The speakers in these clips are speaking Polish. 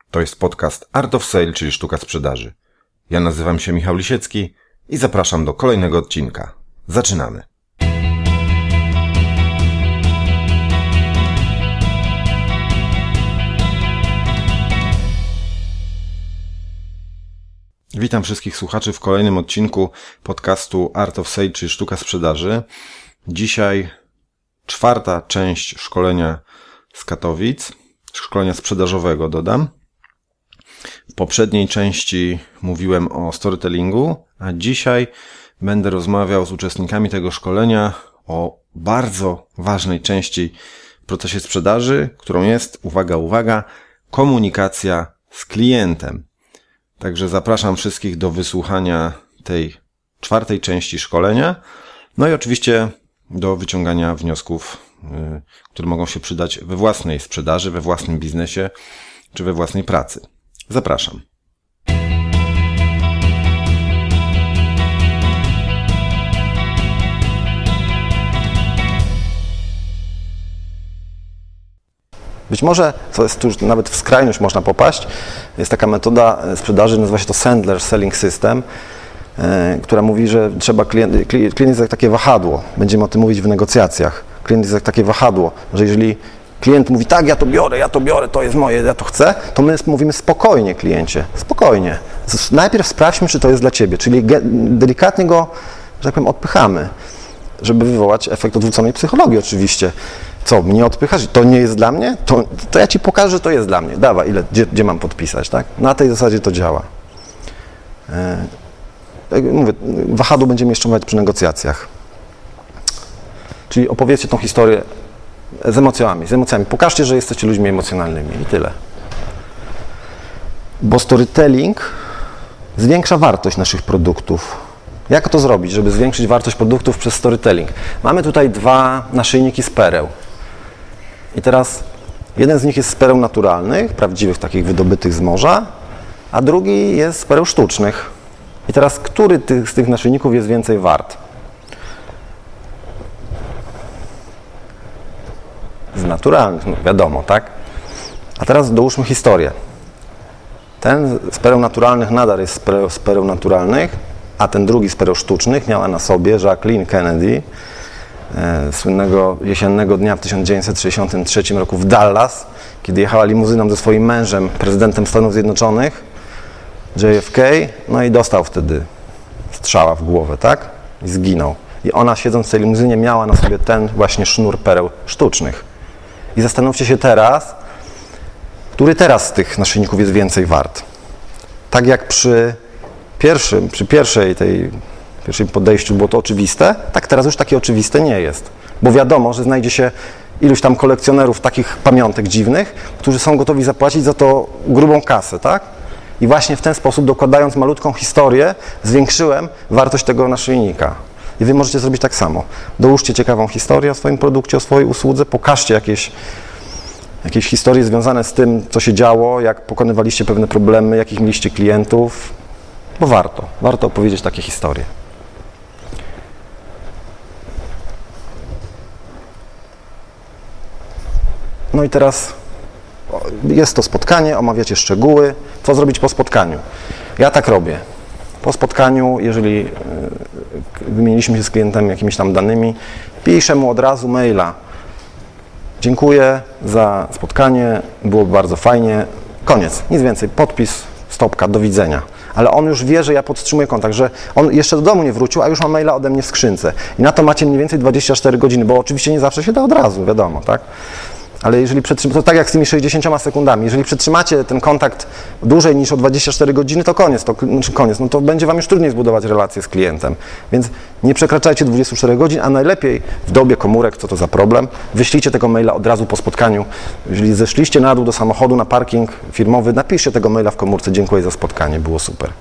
To jest podcast Art of Sale, czyli sztuka sprzedaży. Ja nazywam się Michał Lisiecki i zapraszam do kolejnego odcinka. Zaczynamy. Witam wszystkich słuchaczy w kolejnym odcinku podcastu Art of Sale, czyli sztuka sprzedaży. Dzisiaj czwarta część szkolenia z Katowic, szkolenia sprzedażowego dodam. W poprzedniej części mówiłem o storytellingu, a dzisiaj będę rozmawiał z uczestnikami tego szkolenia o bardzo ważnej części w procesie sprzedaży, którą jest, uwaga, komunikacja z klientem. Także zapraszam wszystkich do wysłuchania tej czwartej części szkolenia, no i oczywiście do wyciągania wniosków, które mogą się przydać we własnej sprzedaży, we własnym biznesie czy we własnej pracy. Zapraszam. Być może, co jest tu już nawet w skrajność można popaść, jest taka metoda sprzedaży, nazywa się to Sandler Selling System, która mówi, że trzeba klient jest jak takie wahadło. Będziemy o tym mówić w negocjacjach. Klient jest jak takie wahadło, że jeżeli klient mówi tak, ja to biorę, to jest moje, ja to chcę, to my mówimy spokojnie kliencie, spokojnie. Najpierw sprawdźmy, czy to jest dla Ciebie, czyli delikatnie go, że tak powiem, odpychamy, żeby wywołać efekt odwróconej psychologii oczywiście. Co, mnie odpychasz? To nie jest dla mnie? To ja Ci pokażę, że to jest dla mnie. Dawaj, gdzie mam podpisać, tak? Na tej zasadzie to działa. Jak mówię, wahadło będziemy jeszcze mówić przy negocjacjach. Czyli opowiedzcie tą historię z emocjami. Pokażcie, że jesteście ludźmi emocjonalnymi i tyle. Bo storytelling zwiększa wartość naszych produktów. Jak to zrobić, żeby zwiększyć wartość produktów przez storytelling? Mamy tutaj dwa naszyjniki z pereł. I teraz jeden z nich jest z pereł naturalnych, prawdziwych, takich wydobytych z morza, a drugi jest z pereł sztucznych. I teraz, który z tych naszyjników jest więcej wart? Z naturalnych, no wiadomo, tak? A teraz dołóżmy historię. Ten z pereł naturalnych nadal jest z pereł naturalnych, a ten drugi z pereł sztucznych miała na sobie Jacqueline Kennedy, słynnego jesiennego dnia w 1963 roku w Dallas, kiedy jechała limuzyną ze swoim mężem, prezydentem Stanów Zjednoczonych, JFK, no i dostał wtedy strzała w głowę, tak? I zginął. I ona, siedząc w tej limuzynie, miała na sobie ten właśnie sznur pereł sztucznych. I zastanówcie się teraz, który teraz z tych naszyjników jest więcej wart. Tak jak przy pierwszym podejściu było to oczywiste, tak teraz już takie oczywiste nie jest. Bo wiadomo, że znajdzie się iluś tam kolekcjonerów takich pamiątek dziwnych, którzy są gotowi zapłacić za to grubą kasę, tak? I właśnie w ten sposób, dokładając malutką historię, zwiększyłem wartość tego naszyjnika. I Wy możecie zrobić tak samo. Dołóżcie ciekawą historię o swoim produkcie, o swojej usłudze, pokażcie jakieś historie związane z tym, co się działo, jak pokonywaliście pewne problemy, jakich mieliście klientów, bo warto opowiedzieć takie historie. No i teraz jest to spotkanie, omawiacie szczegóły. Co zrobić po spotkaniu? Ja tak robię. Po spotkaniu, jeżeli wymieniliśmy się z klientem jakimiś tam danymi, piszę mu od razu maila. Dziękuję za spotkanie, było bardzo fajnie. Koniec, nic więcej. Podpis, stopka, do widzenia. Ale on już wie, że ja podtrzymuję kontakt, że on jeszcze do domu nie wrócił, a już ma maila ode mnie w skrzynce. I na to macie mniej więcej 24 godziny, bo oczywiście nie zawsze się da od razu, wiadomo, tak? Ale jeżeli to tak jak z tymi 60 sekundami, jeżeli przetrzymacie ten kontakt dłużej niż o 24 godziny, to koniec, no to będzie Wam już trudniej zbudować relację z klientem. Więc nie przekraczajcie 24 godzin, a najlepiej w dobie komórek, co to za problem, wyślijcie tego maila od razu po spotkaniu. Jeżeli zeszliście na dół do samochodu, na parking firmowy, napiszcie tego maila w komórce, dziękuję za spotkanie, było super.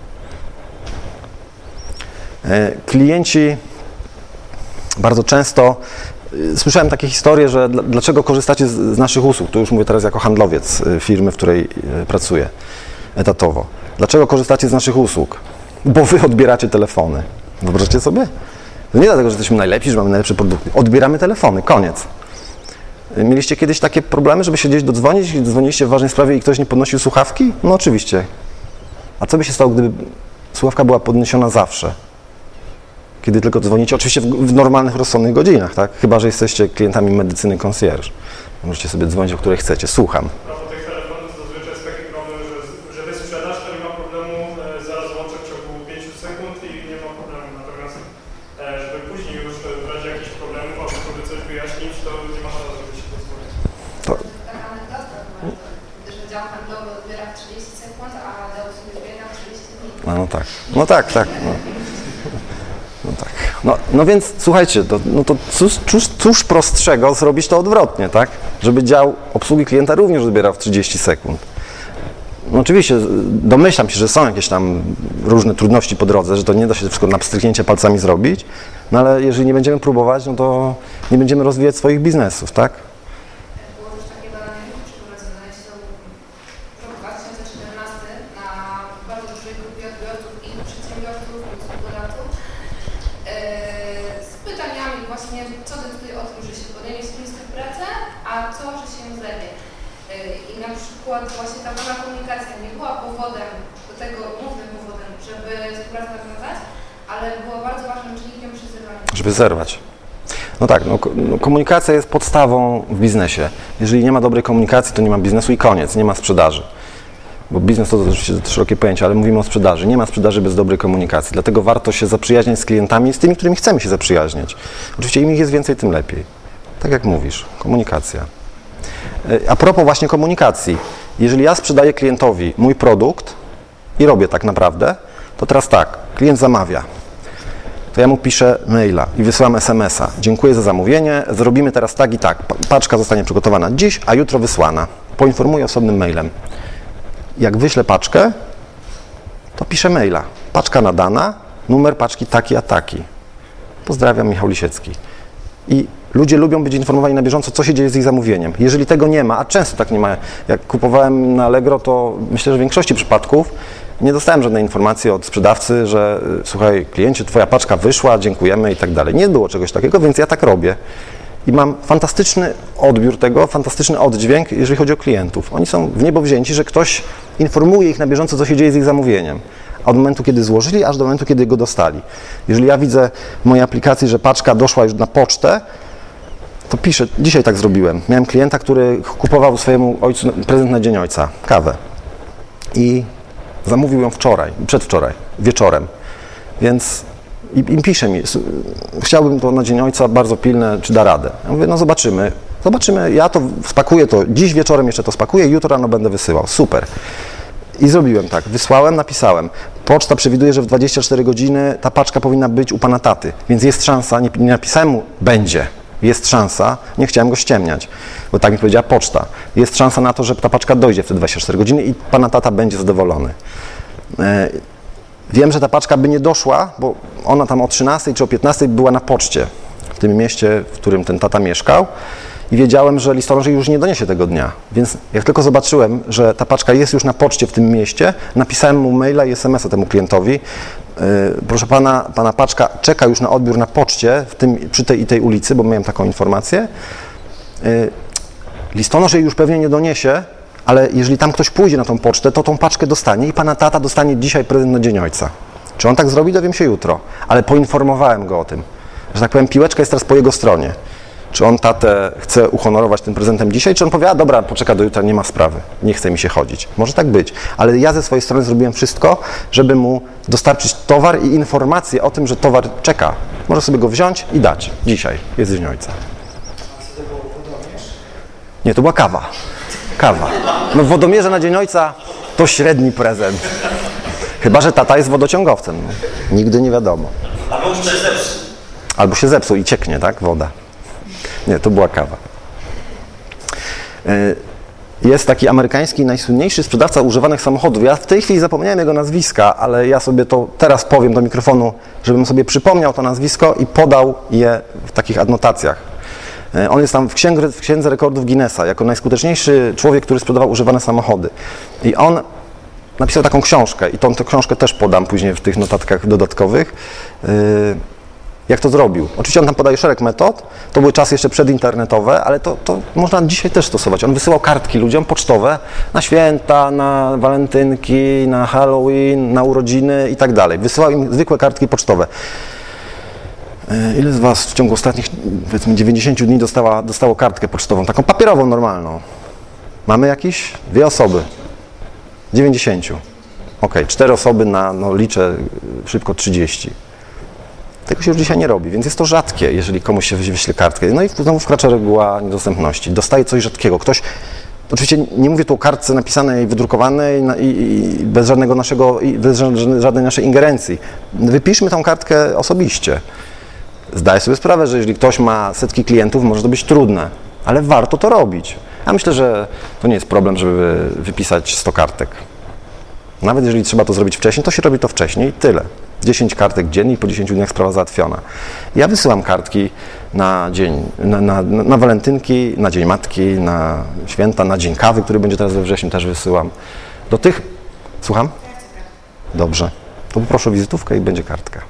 Klienci bardzo często słyszałem takie historie, że dlaczego korzystacie z naszych usług, to już mówię teraz jako handlowiec firmy, w której pracuję etatowo. Dlaczego korzystacie z naszych usług? Bo Wy odbieracie telefony. Wyobraźcie sobie? To nie dlatego, że jesteśmy najlepsi, że mamy najlepsze produkty. Odbieramy telefony, koniec. Mieliście kiedyś takie problemy, żeby się gdzieś dodzwonić i dzwoniliście w ważnej sprawie i ktoś nie podnosił słuchawki? No oczywiście. A co by się stało, gdyby słuchawka była podniesiona zawsze? Kiedy tylko dzwonicie, oczywiście w normalnych, rozsądnych godzinach, tak? Chyba że jesteście klientami medycyny concierge. Możecie sobie dzwonić, o której chcecie. Słucham. Po tych telefonach zazwyczaj jest taki problem, że wysprzedaż to nie ma problemu, zaraz włączę w ciągu 5 sekund i nie ma problemu. Natomiast żeby później już w razie jakichś problemów albo żeby coś wyjaśnić, to nie ma szans, żeby się pozwolić. Taka anegdotka, że dział handlowy odbiera w 30 sekund, a dział usługi zbiera w 30 dni. No tak. No tak, tak. No tak. No więc słuchajcie, to cóż prostszego zrobić to odwrotnie, tak? Żeby dział obsługi klienta również odbierał w 30 sekund. No oczywiście domyślam się, że są jakieś tam różne trudności po drodze, że to nie da się wszystko na pstryknięcie palcami zrobić, no ale jeżeli nie będziemy próbować, no to nie będziemy rozwijać swoich biznesów, tak? Było też takie badanie przeprowadzone jeszcze w roku 2014 na bardzo dużej grupie odbiorców i przedsiębiorców, i usługodawców z pytaniami właśnie, co decyduje o tym, że się podejmie wspólnie pracę, a co, że się zlewie. I na przykład właśnie ta pana komunikacja nie była powodem do tego, głównym powodem, żeby współpracę nawiązać, ale była bardzo ważnym czynnikiem przy zerwaniu. Żeby zerwać. No tak, komunikacja jest podstawą w biznesie. Jeżeli nie ma dobrej komunikacji, to nie ma biznesu i koniec, nie ma sprzedaży. Bo biznes to oczywiście szerokie pojęcie, ale mówimy o sprzedaży. Nie ma sprzedaży bez dobrej komunikacji, dlatego warto się zaprzyjaźniać z klientami, z tymi, którymi chcemy się zaprzyjaźnić. Oczywiście im ich jest więcej, tym lepiej. Tak jak mówisz, komunikacja. A propos właśnie komunikacji, jeżeli ja sprzedaję klientowi mój produkt i robię tak naprawdę, to teraz tak, klient zamawia, to ja mu piszę maila i wysyłam SMS-a. Dziękuję za zamówienie, zrobimy teraz tak i tak. Paczka zostanie przygotowana dziś, a jutro wysłana. Poinformuję osobnym mailem. Jak wyślę paczkę, to piszę maila. Paczka nadana, numer paczki taki a taki. Pozdrawiam, Michał Lisiecki. I ludzie lubią być informowani na bieżąco, co się dzieje z ich zamówieniem. Jeżeli tego nie ma, a często tak nie ma, jak kupowałem na Allegro, to myślę, że w większości przypadków nie dostałem żadnej informacji od sprzedawcy, że słuchaj, kliencie, twoja paczka wyszła, dziękujemy i tak dalej. Nie było czegoś takiego, więc ja tak robię. I mam fantastyczny odbiór tego, fantastyczny oddźwięk, jeżeli chodzi o klientów. Oni są w niebo wzięci, że ktoś informuje ich na bieżąco, co się dzieje z ich zamówieniem. Od momentu, kiedy złożyli, aż do momentu, kiedy go dostali. Jeżeli ja widzę w mojej aplikacji, że paczka doszła już na pocztę, to piszę, dzisiaj tak zrobiłem. Miałem klienta, który kupował swojemu ojcu prezent na Dzień Ojca, kawę. I zamówił ją przedwczoraj, wieczorem. Więc i pisze mi, chciałbym to na Dzień Ojca, bardzo pilne, czy da radę. Ja mówię, no zobaczymy, ja to spakuję to, dziś wieczorem jeszcze to spakuję, jutro rano będę wysyłał, super. I zrobiłem tak, wysłałem, napisałem. Poczta przewiduje, że w 24 godziny ta paczka powinna być u pana taty, więc jest szansa, nie napisałem mu, będzie, jest szansa, nie chciałem go ściemniać, bo tak mi powiedziała poczta, jest szansa na to, że ta paczka dojdzie w te 24 godziny i pana tata będzie zadowolony. Wiem, że ta paczka by nie doszła, bo ona tam o 13 czy o 15 była na poczcie w tym mieście, w którym ten tata mieszkał i wiedziałem, że listonosz jej już nie doniesie tego dnia. Więc jak tylko zobaczyłem, że ta paczka jest już na poczcie w tym mieście, napisałem mu maila i SMS-a temu klientowi. Proszę pana paczka czeka już na odbiór na poczcie przy tej i tej ulicy, bo miałem taką informację. Listonosz jej już pewnie nie doniesie, ale jeżeli tam ktoś pójdzie na tą pocztę, to tą paczkę dostanie i pana tata dostanie dzisiaj prezent na Dzień Ojca. Czy on tak zrobi, dowiem się jutro, ale poinformowałem go o tym, że tak powiem, piłeczka jest teraz po jego stronie. Czy on tatę chce uhonorować tym prezentem dzisiaj, czy on powie, a dobra, poczeka do jutra, nie ma sprawy, nie chce mi się chodzić. Może tak być, ale ja ze swojej strony zrobiłem wszystko, żeby mu dostarczyć towar i informację o tym, że towar czeka. Może sobie go wziąć i dać. Dzisiaj jest Dzień Ojca. Nie, to była kawa. No w Wodomierze na Dzień Ojca to średni prezent. Chyba że tata jest wodociągowcem. No. Nigdy nie wiadomo. Albo się zepsuł i cieknie, tak? Woda. Nie, to była kawa. Jest taki amerykański najsłynniejszy sprzedawca używanych samochodów. Ja w tej chwili zapomniałem jego nazwiska, ale ja sobie to teraz powiem do mikrofonu, żebym sobie przypomniał to nazwisko i podał je w takich adnotacjach. On jest tam w księdze rekordów Guinnessa jako najskuteczniejszy człowiek, który sprzedawał używane samochody. I on napisał taką książkę i tę książkę też podam później w tych notatkach dodatkowych. jak to zrobił. Oczywiście on tam podaje szereg metod, to były czasy jeszcze przedinternetowe, ale to można dzisiaj też stosować. On wysyłał kartki ludziom pocztowe na święta, na walentynki, na Halloween, na urodziny i tak dalej. Wysyłał im zwykłe kartki pocztowe. Ile z Was w ciągu ostatnich, powiedzmy, 90 dni dostało kartkę pocztową, taką papierową, normalną? Mamy jakieś? 2 osoby. 90. Okej, 4 osoby na, no liczę szybko, 30. Tego się już dzisiaj nie robi, więc jest to rzadkie, jeżeli komuś się wyśle kartkę. No i znowu wkracza reguła niedostępności. Dostaje coś rzadkiego. Ktoś, oczywiście nie mówię tu o kartce napisanej, wydrukowanej i bez żadnej naszej ingerencji. Wypiszmy tą kartkę osobiście. Zdaję sobie sprawę, że jeżeli ktoś ma setki klientów, może to być trudne, ale warto to robić. Ja myślę, że to nie jest problem, żeby wypisać 100 kartek. Nawet jeżeli trzeba to zrobić wcześniej, to się robi to wcześniej i tyle. 10 kartek dziennie i po 10 dniach sprawa załatwiona. Ja wysyłam kartki na dzień, na walentynki, na Dzień Matki, na święta, na Dzień Kawy, który będzie teraz we wrześniu, też wysyłam. Do tych... Słucham? Dobrze. To poproszę o wizytówkę i będzie kartka.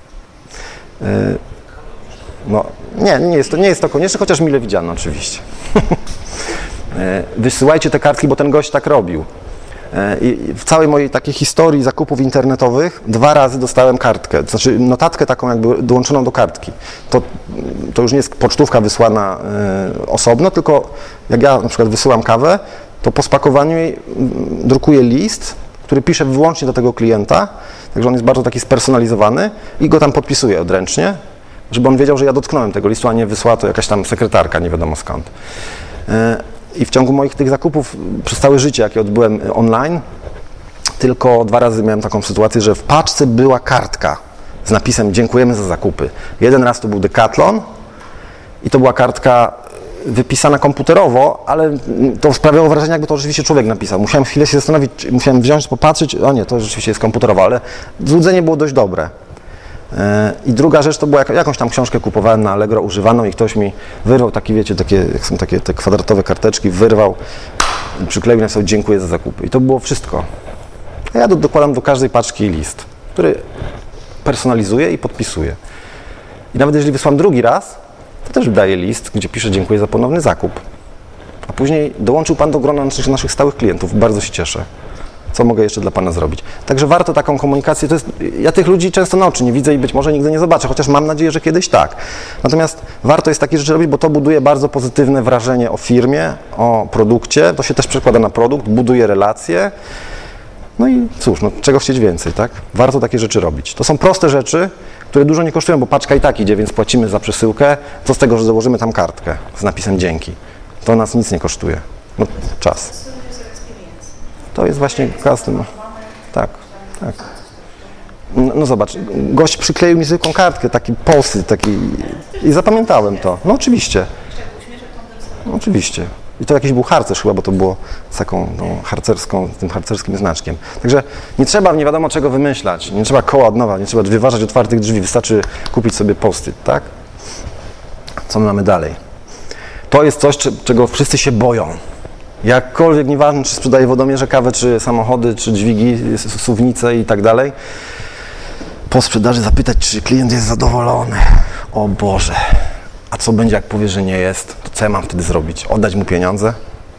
No, nie jest to konieczne, chociaż mile widziane oczywiście. Wysyłajcie te kartki, bo ten gość tak robił. I w całej mojej takiej historii zakupów internetowych 2 razy dostałem kartkę, to znaczy notatkę taką jakby dołączoną do kartki. To już nie jest pocztówka wysłana osobno, tylko jak ja na przykład wysyłam kawę, to po spakowaniu jej drukuję list, który piszę wyłącznie do tego klienta, także on jest bardzo taki spersonalizowany i go tam podpisuję odręcznie, żeby on wiedział, że ja dotknąłem tego listu, a nie wysłała to jakaś tam sekretarka, nie wiadomo skąd. I w ciągu moich tych zakupów przez całe życie, jakie odbyłem online, tylko 2 razy miałem taką sytuację, że w paczce była kartka z napisem dziękujemy za zakupy. Jeden raz to był Decathlon i to była kartka wypisana komputerowo, ale to sprawiało wrażenie, jakby to rzeczywiście człowiek napisał. Musiałem chwilę się zastanowić, musiałem wziąć, popatrzeć, o nie, to rzeczywiście jest komputerowo, ale złudzenie było dość dobre. I druga rzecz to była, jakąś tam książkę kupowałem na Allegro używaną i ktoś mi wyrwał takie, wiecie, jak są takie te kwadratowe karteczki, wyrwał, przykleił, napisał dziękuję za zakupy. I to było wszystko. A ja dokładam do każdej paczki list, który personalizuję i podpisuję. I nawet jeżeli wysłam drugi raz, to też daję list, gdzie piszę dziękuję za ponowny zakup. A później dołączył Pan do grona naszych stałych klientów. Bardzo się cieszę. Co mogę jeszcze dla Pana zrobić? Także warto taką komunikację, ja tych ludzi często na oczy nie widzę i być może nigdy nie zobaczę, chociaż mam nadzieję, że kiedyś tak. Natomiast warto jest takie rzeczy robić, bo to buduje bardzo pozytywne wrażenie o firmie, o produkcie, to się też przekłada na produkt, buduje relacje. No i cóż, czego chcieć więcej, tak? Warto takie rzeczy robić. To są proste rzeczy, które dużo nie kosztują, bo paczka i tak idzie, więc płacimy za przesyłkę. Co z tego, że założymy tam kartkę z napisem dzięki? To nas nic nie kosztuje. No, czas. To jest właśnie custom. Tak. No zobacz, gość przykleił mi zwykłą kartkę, taki posy, i zapamiętałem to. No oczywiście. No, oczywiście. I to jakiś był harcerz chyba, bo to było z taką tym harcerskim znaczkiem. Także nie trzeba nie wiadomo czego wymyślać, nie trzeba koła od nowa, nie trzeba wyważać otwartych drzwi, wystarczy kupić sobie post-it, tak? Co my mamy dalej? To jest coś, czego wszyscy się boją. Jakkolwiek, nieważne czy sprzedaje wodomierze, kawę, czy samochody, czy dźwigi, suwnice i tak dalej, po sprzedaży zapytać, czy klient jest zadowolony. O Boże, a co będzie, jak powie, że nie jest? To co ja mam wtedy zrobić? Oddać mu pieniądze?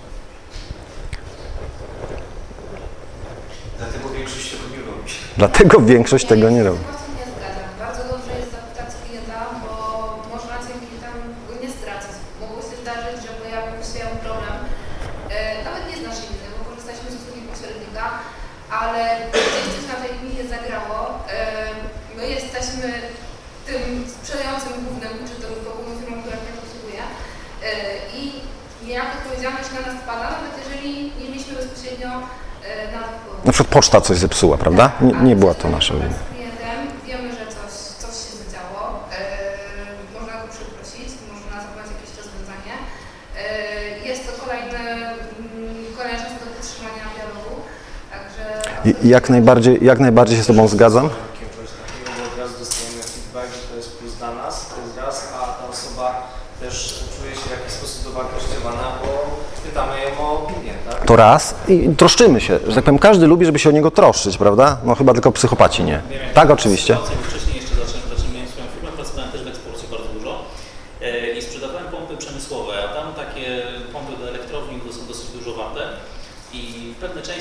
Dlatego większość tego nie robi. Dlatego większość tego nie robi. Nie zgadzam. Bardzo dobrze jest zapytać klienta, bo można dzięki temu nie stracać. Mogło się zdarzyć, że pojawił się problem, nawet nie z naszej winy, bo korzystaliśmy z usługi pośrednika, ale gdzieś coś na tej linie zagrało. My jesteśmy tym sprzedającym głównym, czy tą główną firmą, która mnie obsługuje i niejako odpowiedzialność na nas spada, nawet jeżeli nie mieliśmy bezpośrednio na to wpływu. Na przykład poczta coś zepsuła, prawda? Nie była to nasza wina. Z klientem wiemy, że coś się zadziało, można go przeprosić, można zabrać jakieś rozwiązanie. Jest to kolejna szansa do podtrzymania dialogu, także... Jak najbardziej się z Tobą zgadzam. Od razu dostajemy feedback, że to jest plus dla nas, to jest raz, a ta osoba też czuje się w jakiś sposób dowartościowana, bo pytamy ją o opinię, tak? To raz i troszczymy się, że tak powiem, każdy lubi, żeby się o niego troszczyć, prawda? No chyba tylko psychopaci nie. Tak, oczywiście. Wcześniej jeszcze zaczynałem swoją firmę, pracowałem też w eksporcie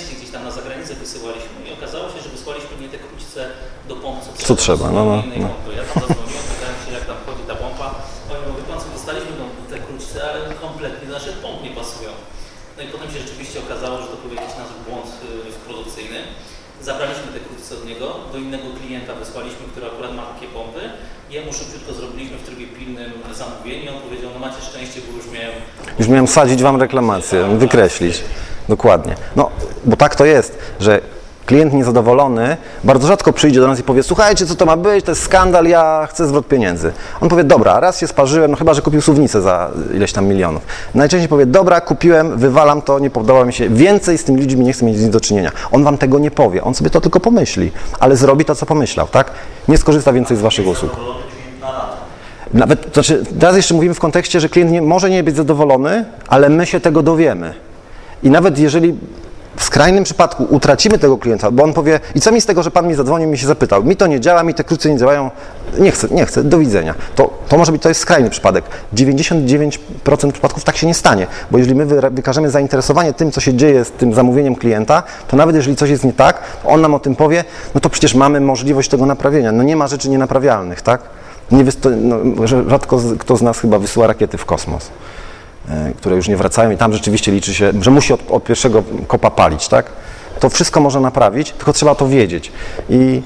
wcześniej gdzieś tam na zagranicę wysyłaliśmy i okazało się, że wysłaliśmy nie te krótce do pomp, Co trzeba, no. Ja tam zadzwoniłem, pytałem się, jak tam chodzi ta pompa. Oni mówią, wie pan co, dostaliśmy te krótce, ale kompletnie do naszych pomp nie pasują. No i potem się rzeczywiście okazało, że to był jakiś nasz błąd produkcyjny. Zabraliśmy te krótce od niego, do innego klienta wysłaliśmy, który akurat ma takie pompy. Jemu szybciutko zrobiliśmy w trybie pilnym zamówienie. On powiedział, no macie szczęście, bo już miałem wsadzić wam reklamację, wykreślić. Dokładnie. No, bo tak to jest, że klient niezadowolony bardzo rzadko przyjdzie do nas i powie, słuchajcie, co to ma być, to jest skandal, ja chcę zwrot pieniędzy. On powie, dobra, raz się sparzyłem, no chyba, że kupił suwnicę za ileś tam milionów. Najczęściej powie, dobra, kupiłem, wywalam to, nie podoba mi się, więcej z tymi ludźmi nie chcę mieć nic do czynienia. On wam tego nie powie, on sobie to tylko pomyśli, ale zrobi to, co pomyślał, tak? Nie skorzysta więcej z waszych usług. Nawet, znaczy, teraz jeszcze mówimy w kontekście, że klient może nie być zadowolony, ale my się tego dowiemy. I nawet jeżeli w skrajnym przypadku utracimy tego klienta, bo on powie, i co mi z tego, że pan mi zadzwonił i mi się zapytał, mi to nie działa, mi te krótce nie działają, nie chcę, do widzenia. To może być, to jest skrajny przypadek. 99% przypadków tak się nie stanie, bo jeżeli my wykażemy zainteresowanie tym, co się dzieje z tym zamówieniem klienta, to nawet jeżeli coś jest nie tak, on nam o tym powie, no to przecież mamy możliwość tego naprawienia. No nie ma rzeczy nienaprawialnych, tak? Rzadko kto z nas chyba wysyła rakiety w kosmos, które już nie wracają i tam rzeczywiście liczy się, że musi od pierwszego kopa palić, tak? To wszystko można naprawić, tylko trzeba to wiedzieć. I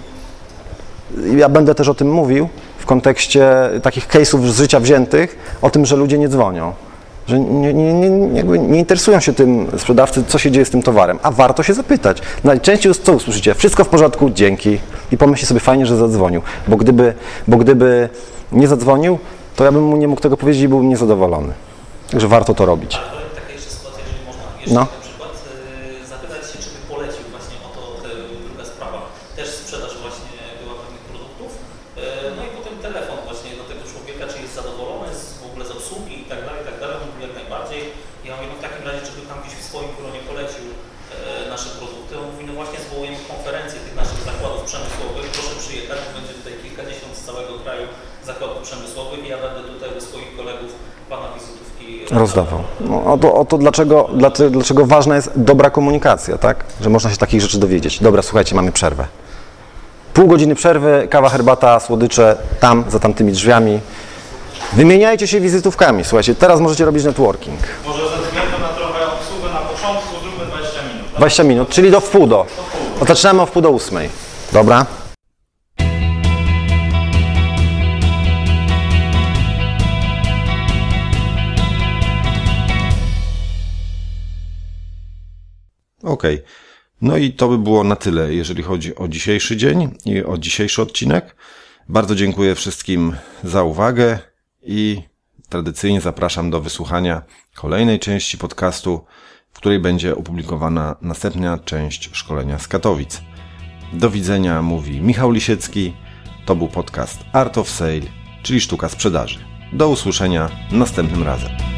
ja będę też o tym mówił w kontekście takich case'ów z życia wziętych, o tym, że ludzie nie dzwonią, że nie interesują się tym sprzedawcy, co się dzieje z tym towarem, a warto się zapytać. Najczęściej co usłyszycie? Wszystko w porządku, dzięki. I pomyśli sobie, fajnie, że zadzwonił, bo gdyby nie zadzwonił, to ja bym mu nie mógł tego powiedzieć i byłbym niezadowolony. Także warto to robić. Ale taka jeszcze sytuacja, jeżeli można jeszcze na przykład zapytać się, czy by polecił właśnie o to druga sprawa. Też sprzedaż właśnie była pewnych produktów. No i potem telefon właśnie do tego człowieka, czy jest zadowolony w ogóle z obsługi i tak dalej, on mówi jak najbardziej. Ja mówię, no w takim razie, żeby tam gdzieś w swoim gronie polecił nasze produkty. On mówi, no właśnie zwołujemy konferencję tych naszych zakładów przemysłowych, proszę przyjechać, będzie tutaj kilkadziesiąt z całego kraju zakładów przemysłowych i ja będę tutaj u swoich kolegów pana wizytówki rozdawał. No, o to dlaczego ważna jest dobra komunikacja, tak? Że można się takich rzeczy dowiedzieć. Dobra, słuchajcie, mamy przerwę. Pół godziny przerwy, kawa, herbata, słodycze, tam, za tamtymi drzwiami. Wymieniajcie się wizytówkami, słuchajcie, teraz możecie robić networking. Może ze względu na trochę obsługę na początku zróbmy 20 minut. Tak? 20 minut, czyli do wpół do. No, zaczynamy o 7:45. Dobra? Okej. No i to by było na tyle, jeżeli chodzi o dzisiejszy dzień i o dzisiejszy odcinek. Bardzo dziękuję wszystkim za uwagę i tradycyjnie zapraszam do wysłuchania kolejnej części podcastu, w której będzie opublikowana następna część szkolenia z Katowic. Do widzenia, mówi Michał Lisiecki. To był podcast Art of Sale, czyli sztuka sprzedaży. Do usłyszenia następnym razem.